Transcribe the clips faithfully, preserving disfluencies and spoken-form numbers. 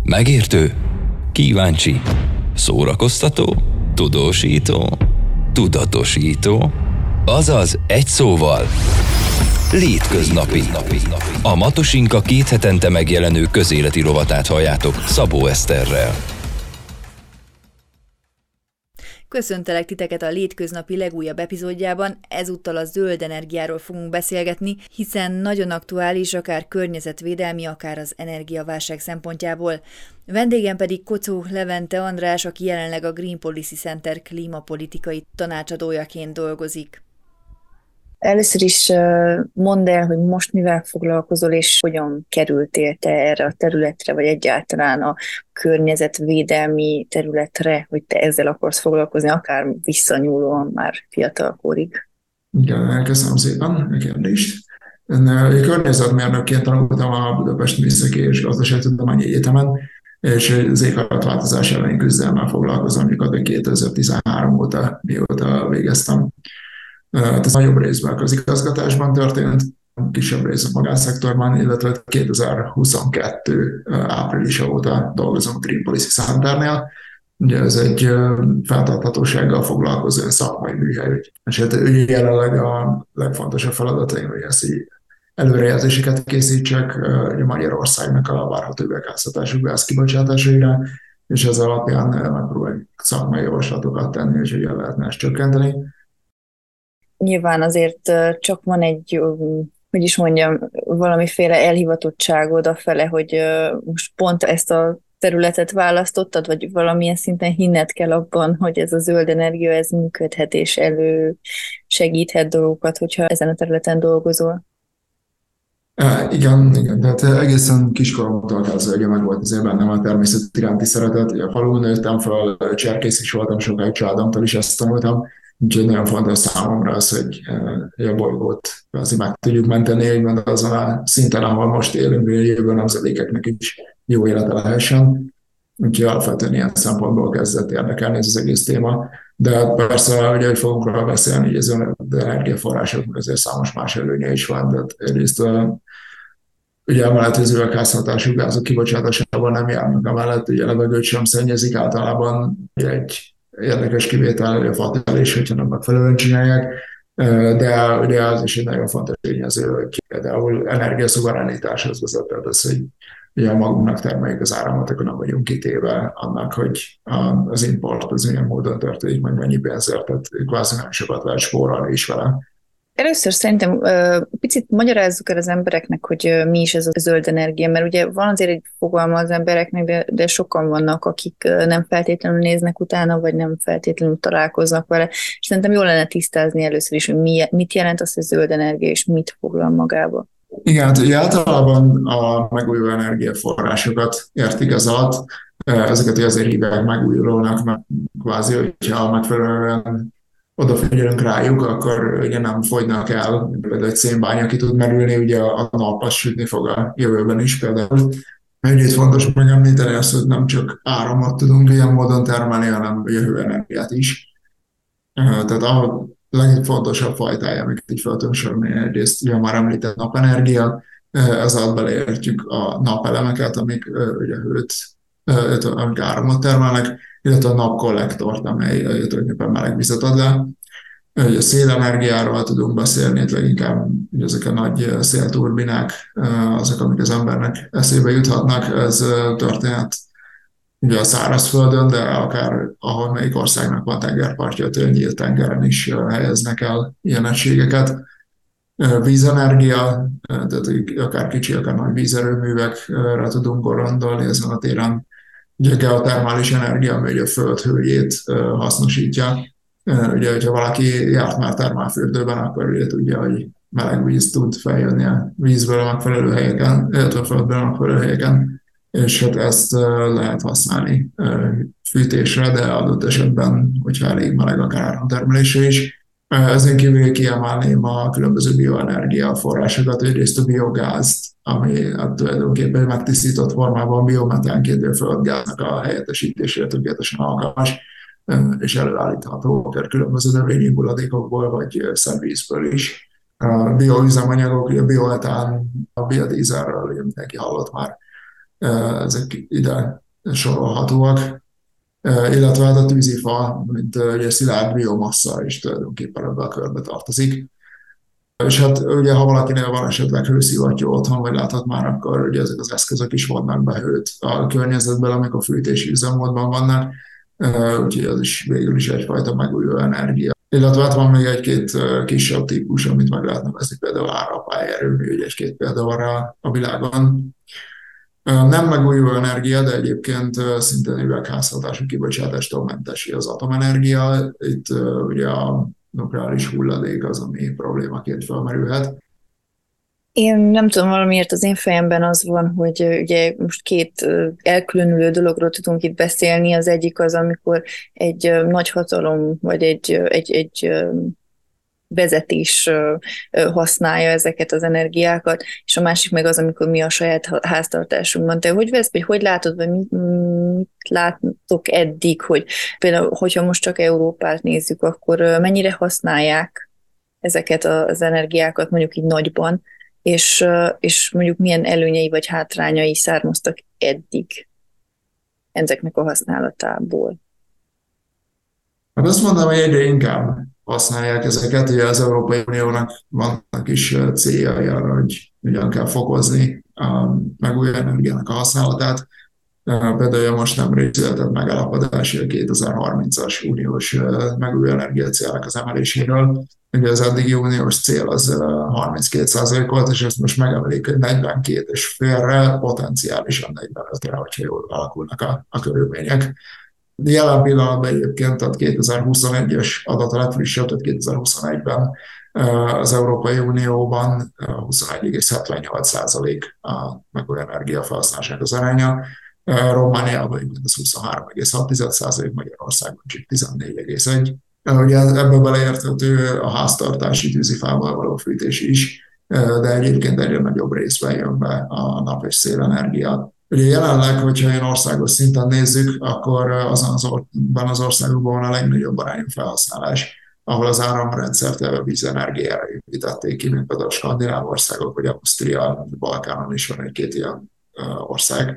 Megértő, kíváncsi, szórakoztató, tudósító, tudatosító, azaz egy szóval Létköznapi. A Matosinka két hetente megjelenő közéleti rovatát halljátok Szabó Eszterrel. Köszöntelek titeket a Létköznapi legújabb epizódjában, ezúttal a zöld energiáról fogunk beszélgetni, hiszen nagyon aktuális, akár környezetvédelmi, akár az energiaválság szempontjából. Vendégem pedig Kocó Levente András, aki jelenleg a Green Policy Center klímapolitikai tanácsadójaként dolgozik. Először is mondd el, hogy most mivel foglalkozol, és hogyan kerültél te erre a területre, vagy egyáltalán a környezetvédelmi területre, hogy te ezzel akarsz foglalkozni, akár visszanyúlóan már fiatalkorig. Igen, köszönöm szépen a kérdést. Én környezetmérnökként tanultam a Budapesti Műszaki és Gazdaságtudományi Egyetemen, és az éghajlatváltozás elleni küzdelemmel foglalkozom, amikor kétezer-tizenhárom óta, mióta végeztem. Ez nagyobb részben a közigazgatásban történt, kisebb rész a magánszektorban, illetve kétezer-huszonkettő áprilisa óta dolgozom a Green Policy Centernél. Ugye ez egy fenntarthatósággal foglalkozó szakmai műhely, és hát jelenleg a legfontosabb feladataim, hogy ezt így előrejelzéseket készítsek Magyarországnak a várható üvegházhatású gáz kibocsátásaira, és ez alapján megpróbáljuk szakmai javaslatokat tenni, és hogyan lehetne ezt csökkenteni. Nyilván azért csak van egy, hogy is mondjam, valamiféle elhivatottságod afele, hogy most pont ezt a területet választottad, vagy valamilyen szinten hinned kell abban, hogy ez a zöld energia, ez működhet és elő segíthet dolgokat, hogyha ezen a területen dolgozol. E, igen, igen, tehát egészen kiskoromtól kezdve, hogy meg volt azért bennem a természet iránti szeretet. A falun nőttem fel, cserkész is voltam, sokáig családomtól is ezt tanultam. Úgyhogy nagyon fontos számomra az, hogy a bolygót azért meg tudjuk menteni, úgymond azon a szinten, ahol most élünk, hogy a jövő nemzedékeknek is jó élete lehessen. Úgyhogy alapvetően ilyen szempontból kezdett érdekelni ez az egész téma. De persze, ugye, hogy fogunk róla beszélni, hogy az energiaforrásoknak azért számos más előnye is van. Tehát egyrészt ugye emellett az üvegházhatású gázok kibocsátásában nem járnak, emellett ugye levegőt sem szennyezik, általában egy érdekes kivétel, a fatelés, hogyha nem megfelelően csinálják, de ugye az is egy nagyon fontos tényező, hogy például energiaszuverenitáshoz vezetett az, hogy ugye magunknak termeljük az áramot, akkor nem vagyunk kitéve annak, hogy az import az milyen módon történik, meg mennyi pénzért, tehát kvázi nem sokat lehet spórolni is vele. Először szerintem picit magyarázzuk el az embereknek, hogy mi is ez a zöld energia, mert ugye van azért egy fogalma az embereknek, de, de sokan vannak, akik nem feltétlenül néznek utána, vagy nem feltétlenül találkoznak vele, és szerintem jól lenne tisztázni először is, hogy mi, mit jelent az, hogy zöld energia, és mit foglal magába. Igen, hát ugye általában a megújuló energiaforrásokat értik ez alatt, ezeket azért hívják megújulónak, mert kvázi, hogyha megfelelően odafigyelünk rájuk, akkor ugye nem fogynak el, például egy szénbánya ki tud merülni, ugye a nap az sütni fog a jövőben is például. Egyrészt fontos megemlíteni azt, hogy nem csak áramot tudunk ilyen módon termelni, hanem hőenergiát is. Tehát a legfontosabb fajtája, amiket így fel tudunk sorolni, egyrészt ugye már említett napenergia, ez alatt beleértjük a napelemeket, amik ugye hőt, amik áramot termelnek, illetve a napkollektort, amely tulajdonképpen melegvizet ad le. A szélenergiáról tudunk beszélni, itt leginkább ezek a nagy szélturbinák, azok, amik az embernek eszébe juthatnak. Ez történet ugye a szárazföldön, de akár ahol melyik országnak van tengerpartja, a nyílt tengeren is helyeznek el ilyen egységeket. Vízenergia, tehát akár kicsi, akár nagy vízerőművekre tudunk gondolni ezen a téren. Ugye a geotermális energia, ami a föld hőjét hasznosítja. Ugye, hogyha valaki járt már termálfürdőben, akkor ugye tudja, hogy meleg víz tud feljönni a vízből a megfelelő helyeken, illetve a földből a megfelelő helyeken, és hát ezt lehet használni fűtésre, de adott esetben, hogyha elég meleg, akár áramtermelésre is. Ezen kívül kiemelném a különböző bioenergia forrásokat, egyrészt a biogázt, ami hát tulajdonképpen megtisztított formában biometánként a földgáznak a helyettesítésére tökéletesen alkalmas, és előállítható akár különböző növényi hulladékokból, vagy szervízből is. A bioüzemanyagok, a bioetán, a biodízelről, ugye mindenki hallott már. ezek ide sorolhatóak, illetve hát a tűzifa, mint ugye szilárd biomassa is tulajdonképpen ebbe a körbe tartozik. És hát ugye, ha valakinél van esetleg hőszivattyú otthon, vagy láthat már, akkor ugye ezek az eszközök is vannak be hőt a környezetben, amikor fűtési üzemmódban vannak, úgyhogy az is végül is egyfajta megújuló energia. Illetve hát van még egy-két kisebb típus, amit meg lehet nevezni, például árapályerőmű, ugye egy-két példa van a, a világon. Nem megújuló energia, de egyébként szintén üvegházhatású kibocsátástól mentesi az atomenergia. Itt ugye a nukleáris hulladék az, ami problémaként felmerülhet. Én nem tudom, valamiért az én fejemben az van, hogy ugye most két elkülönülő dologról tudunk itt beszélni. Az egyik az, amikor egy nagy hatalom, vagy egy, egy, egy vezetés használja ezeket az energiákat, és a másik meg az, amikor mi a saját háztartásunkban. Te hogy vesz, vagy hogy látod, vagy mit, mit látok eddig, hogy például, hogyha most csak Európát nézzük, akkor mennyire használják ezeket az energiákat mondjuk így nagyban, és, és mondjuk milyen előnyei vagy hátrányai származtak eddig ezeknek a használatából? Hát azt mondom, hogy egyre inkább használják ezeket. Ugye az Európai Uniónak vannak is céljai arra, hogy hogyan kell fokozni a megújuló energiának a használatát. Például most nemrég született megállapodás a kétezer-harmincas uniós megújuló energia célnak az emeléséről. Ugye az eddigi uniós cél az harminckét százalék volt, és ezt most megemelik negyvenkét és félre, potenciálisan negyvenötre, hogyha jól alakulnak a, a körülmények. Jelen pillanatban egyébként, tehát kétezer-huszonegyes adat a legfrissebb, tehát kétezer-huszonegyben az Európai Unióban huszonegy egész hetvennyolc százalék a megújuló energiafelhasználásnak az aránya. Romániában ez huszonhárom egész hat százalék, Magyarországon csak tizennégy egész egy. Ugye ebből beleérthető a háztartási tűzifával való fűtés is, de egyébként egyre nagyobb részben jön be a nap- és szélenergia. Ugye jelenleg, hogyha ilyen országos szinten nézzük, akkor azon az, or- az országokban van a legnagyobb arányú felhasználás, ahol az áramrendszert vízenergiára építették ki, mint például a skandináv országok, vagy Ausztria, a Balkánon is van egy-két ilyen ország.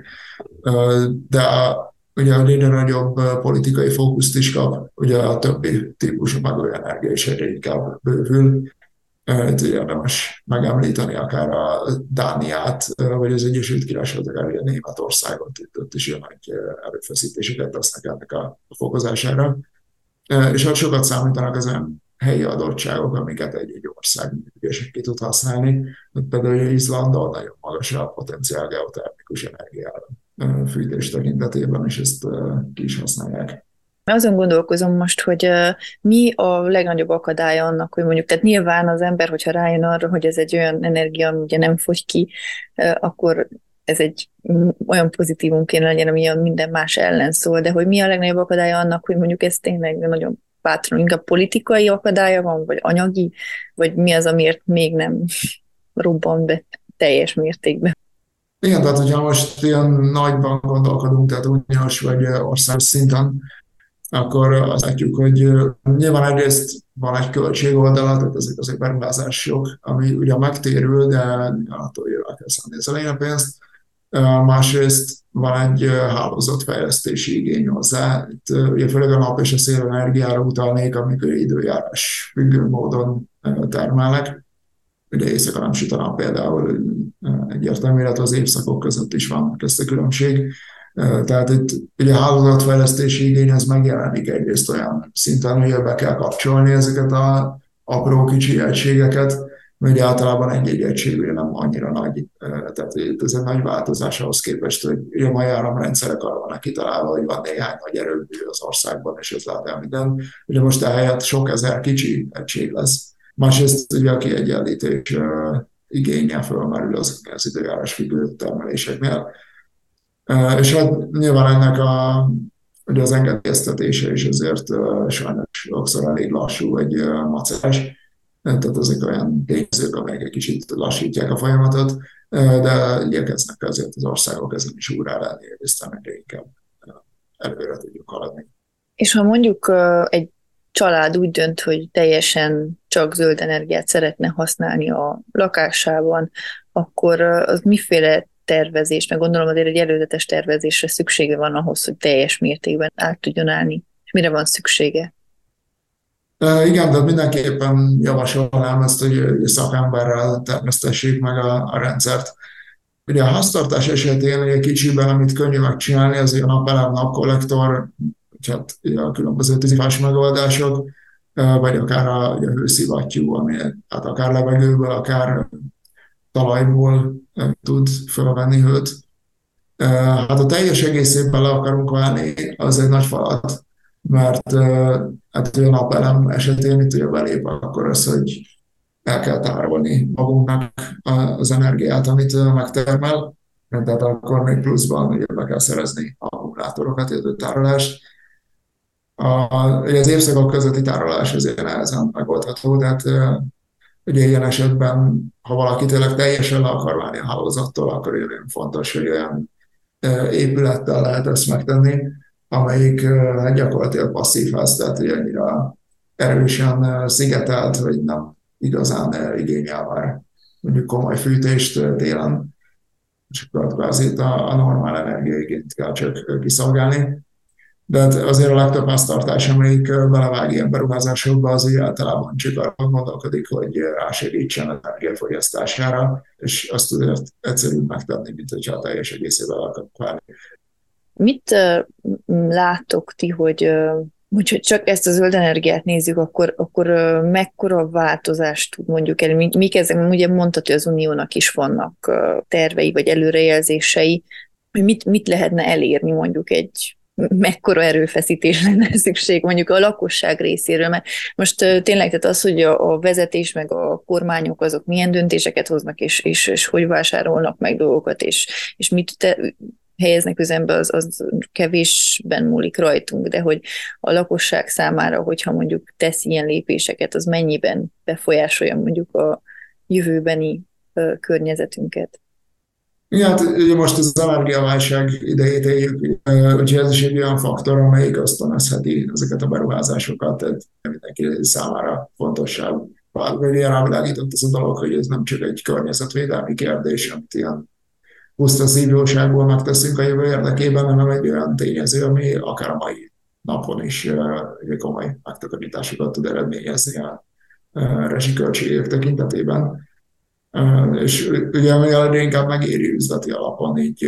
De ugye a egyre nagyobb politikai fókuszt is kap, ugye a többi típusú megújuló energia is egyre inkább bővül. Itt érdemes megemlíteni akár a Dániát, vagy az Egyesült Királyságot, akár a Németországot, itt ott is ilyen nagy erőfeszítéseket tesznek ennek a fokozására. És hát sokat számítanak az olyan helyi adottságok, amiket egy-egy ország működését ki tud használni. Például Izlandon nagyon magas a potenciál geotermikus energiára fűtés tekintetében, és ezt ki is használják. Azon gondolkozom most, hogy uh, mi a legnagyobb akadálya annak, hogy mondjuk, tehát nyilván az ember, hogyha rájön arra, hogy ez egy olyan energia, ami ugye nem fogy ki, uh, akkor ez egy olyan pozitívum kéne legyen, ami a minden más ellen szól, de hogy mi a legnagyobb akadálya annak, hogy mondjuk ez tényleg nagyon bátran, inkább politikai akadálya van, vagy anyagi, vagy mi az, amiért még nem robban be teljes mértékben. Igen, tehát hogyha most ilyen nagyban gondolkodunk, tehát uniós vagy országos szinten, akkor azt látjuk, hogy nyilván egyrészt van egy költségoldala, tehát ezek azért beruházások, ami ugye megtérül, de attól jövő kell szállni az elején a pénzt. Másrészt van egy hálózatfejlesztési igény hozzá. Itt ugye főleg a nap és a szélenergiára utalnék, amikor időjárás függő módon termelnek. Ugye éjszaka nem süt a nap például egyértelmű, illetve az évszakok között is van ezt a különbség. Tehát itt ugye a hálózatfejlesztési igény az megjelenik egyrészt olyan szinten, hogy be kell kapcsolni ezeket a apró kicsi egységeket, mert általában egy-egy egység nem annyira nagy. Tehát ez egy nagy változás ahhoz képest, hogy a mai áramrendszerek arra vannak kitalálva, hogy van néhány nagy erőmű az országban, és ez lát el minden. Ugye most ehelyett sok ezer kicsi egység lesz. Másrészt ugye a kiegyenlítés igénye fölmerül az, az időjárás függő termeléseknél. És hát nyilván ennek a, ugye az engedélyeztetése is azért sajnos sokszor elég lassú vagy macás. Tehát ezek olyan tényezők, amelyek egy kicsit lassítják a folyamatot, de igyekeznek azért az országok ezen is úrrá lenni, hogy aztán egyre inkább előre tudjuk haladni. És ha mondjuk egy család úgy dönt, hogy teljesen csak zöld energiát szeretne használni a lakásában, akkor az miféle tervezés, meg gondolom azért egy előzetes tervezésre szüksége van ahhoz, hogy teljes mértékben át tudjon állni. És mire van szüksége? Igen, de mindenképpen javasolnám ezt, hogy szakemberrel terveztessék meg a, a rendszert. Ugye a háztartás esetén egy kicsiben, amit könnyű megcsinálni, az a napelem, napkollektor, hát a különböző tűzifási megoldások, vagy akár a, a hőszivattyú, ami hát akár levegőből, akár talajból tud felvenni hőt. Hát a teljes egészében le akarunk válni, az egy nagy falat, mert hát a napelem esetén itt ugye belép akkor az, hogy el kell tárolni magunknak az energiát, amit megtermel, tehát akkor még pluszban ugye be kell szerezni akkumulátorokat, illetve tárolást. A, az évszakok közötti tárolás azért nehezen megoldható, tehát ugye ilyen esetben, ha valaki tényleg teljesen le akar válni a hálózattól, akkor nagyon fontos, hogy olyan épülettel lehet ezt megtenni, amelyik gyakorlatilag passzív ház, tehát hogy annyira erősen szigetelt, hogy nem igazán igényel már mondjuk komoly fűtést télen, és akkor kvázi a, a normál energiaigényt kell csak kiszolgálni. De azért a legtöbb háztartás, amelyik belevág ilyen beruházásokba, azért általában csak arra gondolkodik, hogy rásegítsen az energiafogyasztására, és azt azért egyszerűbb megtenni, mint hogyha a teljes egészében akarok várni. Mit uh, láttok ti, hogy uh, úgyhogy csak ezt a zöld energiát nézzük, akkor, akkor uh, mekkora változást tud mondjuk el? Mik, mik ezek? Ugye mondtad, hogy az Uniónak is vannak uh, tervei vagy előrejelzései, hogy mit, mit lehetne elérni mondjuk egy mekkora erőfeszítés lenne szükség mondjuk a lakosság részéről, mert most uh, tényleg tehát az, hogy a, a vezetés meg a kormányok azok milyen döntéseket hoznak, és, és, és hogy vásárolnak meg dolgokat, és, és mit te, helyeznek üzembe, az, az kevésben múlik rajtunk, de hogy a lakosság számára, hogyha mondjuk tesz ilyen lépéseket, az mennyiben befolyásolja mondjuk a jövőbeni uh, környezetünket. Igen, hát ugye most az energiaválság idejét éljük, úgyhogy ez is egy olyan faktor, amelyik ösztönözheti ezeket a beruházásokat, tehát mindenki számára fontosság. Ugye rávilágított az a dolog, hogy ez nem csak egy környezetvédelmi kérdés, amit ilyen puszta szívjóságból megteszünk a jövő érdekében, hanem egy olyan tényező, ami akár a mai napon is komoly megtakarításokat tud eredményezni a rezsiköltségek tekintetében. És ugye mivel inkább megéri üzleti alapon, így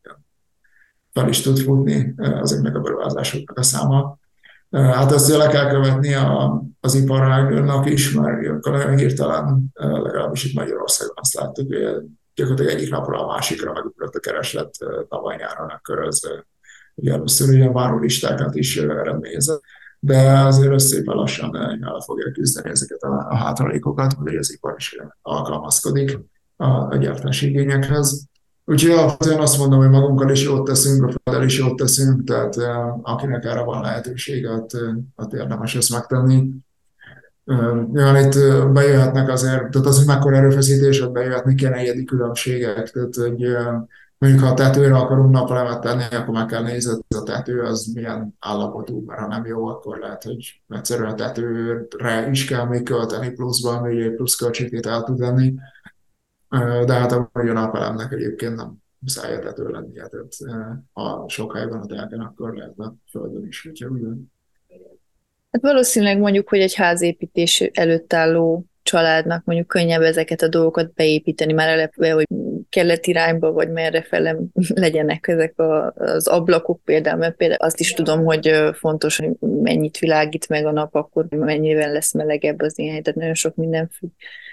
fel is tud futni ezeknek a beruházásoknak a száma. Hát ezt le kell követni a, az iparágnak is, mert nagyon hirtelen, legalábbis itt Magyarországon azt láttuk, hogy gyakorlatilag egyik napról a másikra megugrott a kereslet tavaly nyáron, akkor az ugye először ilyen várólistákat is eredményezett. De azért szépen lassan el fogja küzdeni ezeket a, a hátralékokat, hogy az ipar is alkalmazkodik a, a gyártási igényekhez. Úgyhogy alapvetően azt mondom, hogy magunkkal is jót teszünk, a földdel is jót teszünk, tehát akinek erre van lehetősége, ott érdemes ezt megtenni. Ja, itt bejöhetnek azért, tehát az, hogy mekkora erőfeszítés, hogy bejöhetnek ilyen egyedi különbségek, tehát hogy mondjuk ha a tetőre akarunk napelemet tenni, akkor meg kell nézni, hogy a tető az milyen állapotú, mert ha nem jó, akkor lehet, hogy egyszerűen a tetőre is kell még költeni pluszban, hogy egy plusz költségét el tud lenni. De hát a napelemnek egyébként nem muszáj a tető lennie, tehát ha sok helyben a telken, akkor lehet a földön is, hogyha úgy van. Hát valószínűleg mondjuk, hogy egy házépítés előtt álló családnak mondjuk könnyebb ezeket a dolgokat beépíteni, már elepve, hogy kelet irányba, vagy merre fele legyenek ezek a, az ablakok például, mert például azt is tudom, hogy fontos, hogy mennyit világít meg a nap, akkor mennyivel lesz melegebb az ilyen hely, tehát nagyon sok minden függ.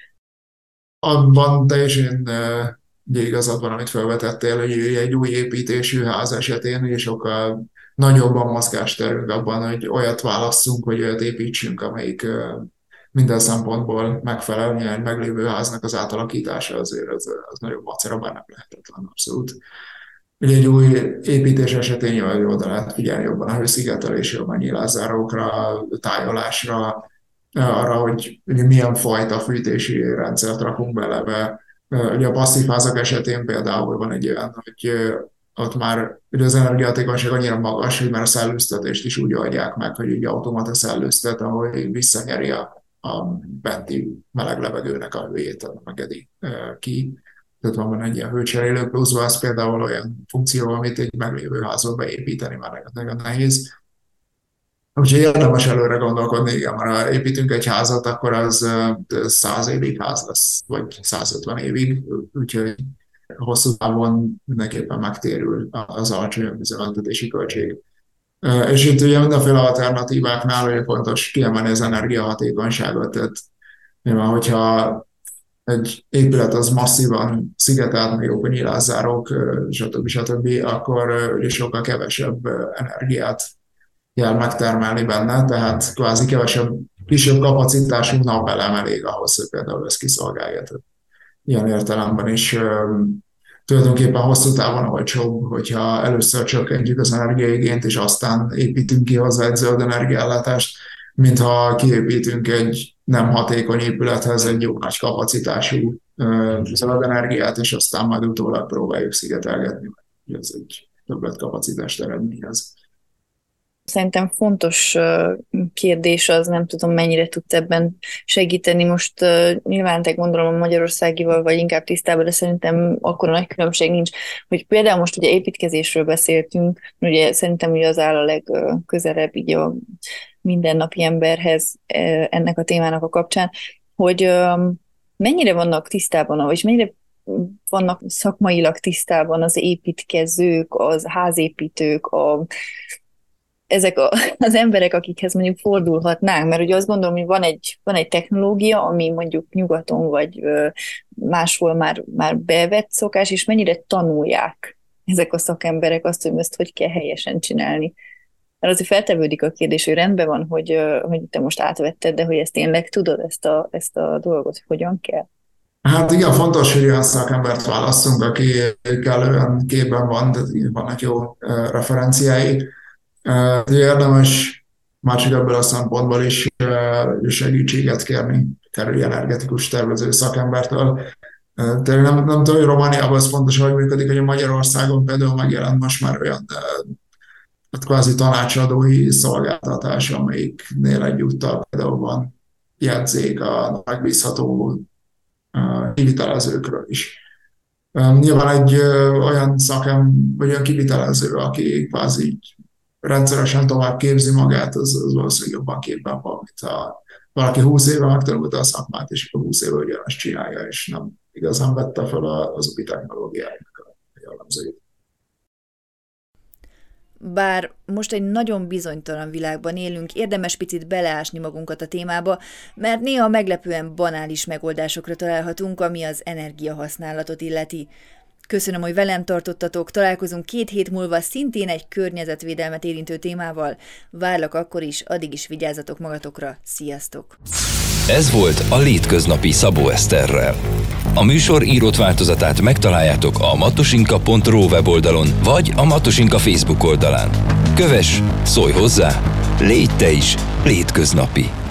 Abban teljesen igazad van, amit felvetettél, hogy egy új építésű ház esetén ugye sokkal nagyobb a mozgásterünk abban, hogy olyat válasszunk, hogy olyat építsünk, amelyik minden szempontból megfelel, egy meglévő háznak az átalakítása azért az, az nagyobb macera, bár nem lehetetlen abszolút. Ugye egy új építés esetén jól oda lehet figyelni jobban a hőszigetelésre, a nyílászárókra, a tájolásra, arra, hogy milyen fajta fűtési rendszert rakunk bele. Ugye a passzív házak esetén például van egy olyan, hogy ott már ugye az energiahatékonyság annyira magas, hogy már a szellőztetést is úgy oldják meg, hogy egy automata szellőztet, ahol visszanyeri a, a benti meleg levegőnek a hőjét, megedi ki. tehát van benne egy ilyen hőcserélő pluszban, ez például olyan funkció, amit egy meglévő házba beépíteni, mert nagyon nehéz. Úgyhogy érdemes előre gondolkodni, igen, mert ha építünk egy házat, akkor az száz évig ház lesz, vagy százötven évig, úgyhogy hosszú távon mindenképpen megtérül az alacsonyabb üzemeltetési költség. És itt ugye mindenféle alternatíváknál ugye fontos kiemelni az energiahatékonyságot, tehát nyilván, hogyha egy épület az masszívan szigetelt, még jók a nyilászárók, stb. stb., akkor sokkal kevesebb energiát kell megtermelni benne, tehát kvázi kevesebb, kisebb kapacitású napelem elég ahhoz, hogy például ezt kiszolgálja. Ilyen értelemben is tulajdonképpen hosszú távon olcsóbb, hogyha először csökkentjük az energiaigényt, és aztán építünk ki hozzá egy zöld energiaellátást, mintha kiépítünk egy nem hatékony épülethez egy jó nagy kapacitású zöld energiát, és aztán majd utólag próbáljuk szigetelgetni, hogy ez egy többletkapacitást eredményez. Szerintem fontos kérdés az, nem tudom, mennyire tudsz ebben segíteni. Most nyilván te gondolom a magyarországival vagy inkább tisztában, de szerintem akkora nagy különbség nincs, hogy például most ugye építkezésről beszéltünk, ugye szerintem ugye az áll a legközelebb így a mindennapi emberhez ennek a témának a kapcsán, hogy mennyire vannak tisztában, vagy mennyire vannak szakmailag tisztában az építkezők, az házépítők, a ezek a, az emberek, akikhez mondjuk fordulhatnánk, mert ugye azt gondolom, hogy van egy, van egy technológia, ami mondjuk nyugaton vagy máshol már, már bevett szokás, és mennyire tanulják ezek a szakemberek azt, hogy ezt hogy kell helyesen csinálni. Mert azért feltevődik a kérdés, hogy rendben van, hogy, hogy te most átvetted, de hogy ezt tényleg tudod, ezt a, ezt a dolgot, hogyan kell? Hát igen, fontos, hogy olyan szakembert válasszunk, aki kellően képben van, de vannak jó referenciái. Érdemes már csak ebből a szempontból is segítséget kérni, kerülj energetikus tervező szakembertől. De nem, nem tudom, hogy Romániában az pontosan hogy működik, hogy Magyarországon például megjelent most már olyan hát kvázi tanácsadói szolgáltatás, amelyiknél egyúttal például van jegyzék a megbízható kivitelezőkről is. Nyilván egy olyan szakem, vagy olyan kivitelező, aki kvázi rendszeresen tovább képzi magát, az, az valószínűleg jobban képben van, mint ha valaki húsz éve megtanulta a szakmát, és akkor húsz éve ugyanazt csinálja, és nem igazán vette fel az új technológiáknak a jellemzőit. Bár most egy nagyon bizonytalan világban élünk, érdemes picit beleásni magunkat a témába, mert néha meglepően banális megoldásokra találhatunk, ami az energiahasználatot illeti. Köszönöm, hogy velem tartottatok, találkozunk két hét múlva szintén egy környezetvédelmet érintő témával. Várlak akkor is, addig is vigyázzatok magatokra. Sziasztok! Ez volt a Létköznapi Szabó Eszterrel. A műsor írott változatát megtaláljátok a matosinka pont ro weboldalon, vagy a Matosinka Facebook oldalán. Kövess, szólj hozzá, légy te is létköznapi!